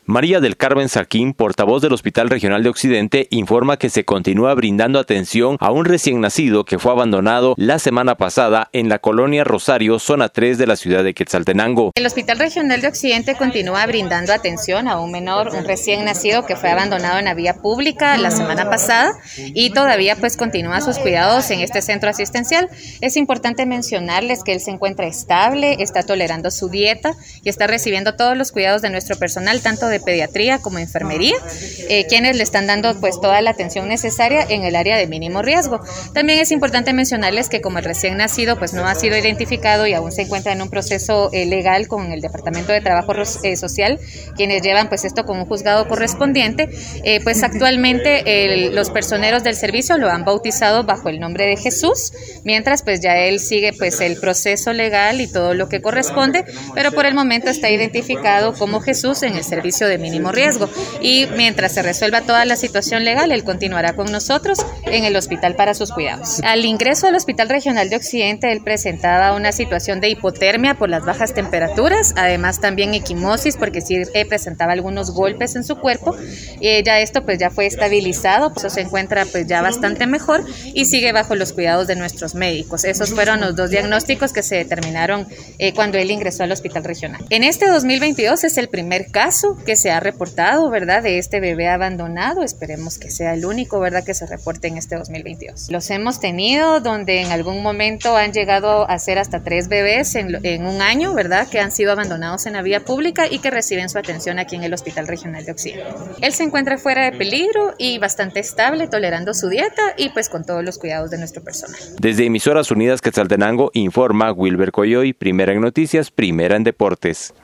María del Carmen Sarquín, portavoz del Hospital Regional de Occidente, informa que se continúa brindando atención a un recién nacido que fue abandonado la semana pasada en la colonia Rosario, zona 3 de la ciudad de Quetzaltenango. El Hospital Regional de Occidente continúa brindando atención a un menor, un recién nacido que fue abandonado en la vía pública la semana pasada y todavía pues continúa sus cuidados en este centro asistencial. Es importante mencionarles que él se encuentra estable, está tolerando su dieta y está recibiendo todos los cuidados de nuestro personal, tanto de pediatría como enfermería, quienes le están dando pues toda la atención necesaria en el área de mínimo riesgo. También es importante mencionarles que como el recién nacido pues no ha sido identificado y aún se encuentra en un proceso legal con el Departamento de Trabajo Social, quienes llevan pues esto con un juzgado correspondiente, pues actualmente los personeros del servicio lo han bautizado bajo el nombre de Jesús, mientras pues ya él sigue pues el proceso legal y todo lo que corresponde, pero por el momento está identificado como Jesús en el servicio de mínimo riesgo y mientras se resuelva toda la situación legal, él continuará con nosotros en el hospital para sus cuidados. Al ingreso al Hospital Regional de Occidente, él presentaba una situación de hipotermia por las bajas temperaturas, además también equimosis porque sí presentaba algunos golpes en su cuerpo. Ya esto pues ya fue estabilizado, pues se encuentra pues ya bastante mejor y sigue bajo los cuidados de nuestros médicos. Esos fueron los dos diagnósticos que se determinaron cuando él ingresó al Hospital Regional. En este 2022 es el primer caso que se ha reportado, ¿verdad?, de este bebé abandonado. Esperemos que sea el único, ¿verdad?, que se reporte en este 2022. Los hemos tenido donde en algún momento han llegado a ser hasta 3 bebés en un año, ¿verdad?, que han sido abandonados en la vía pública y que reciben su atención aquí en el Hospital Regional de Occidente. Él se encuentra fuera de peligro y bastante estable, tolerando su dieta y pues con todos los cuidados de nuestro personal. Desde Emisoras Unidas Quetzaltenango informa Wilber Coyoy, primera en noticias, primera en deportes.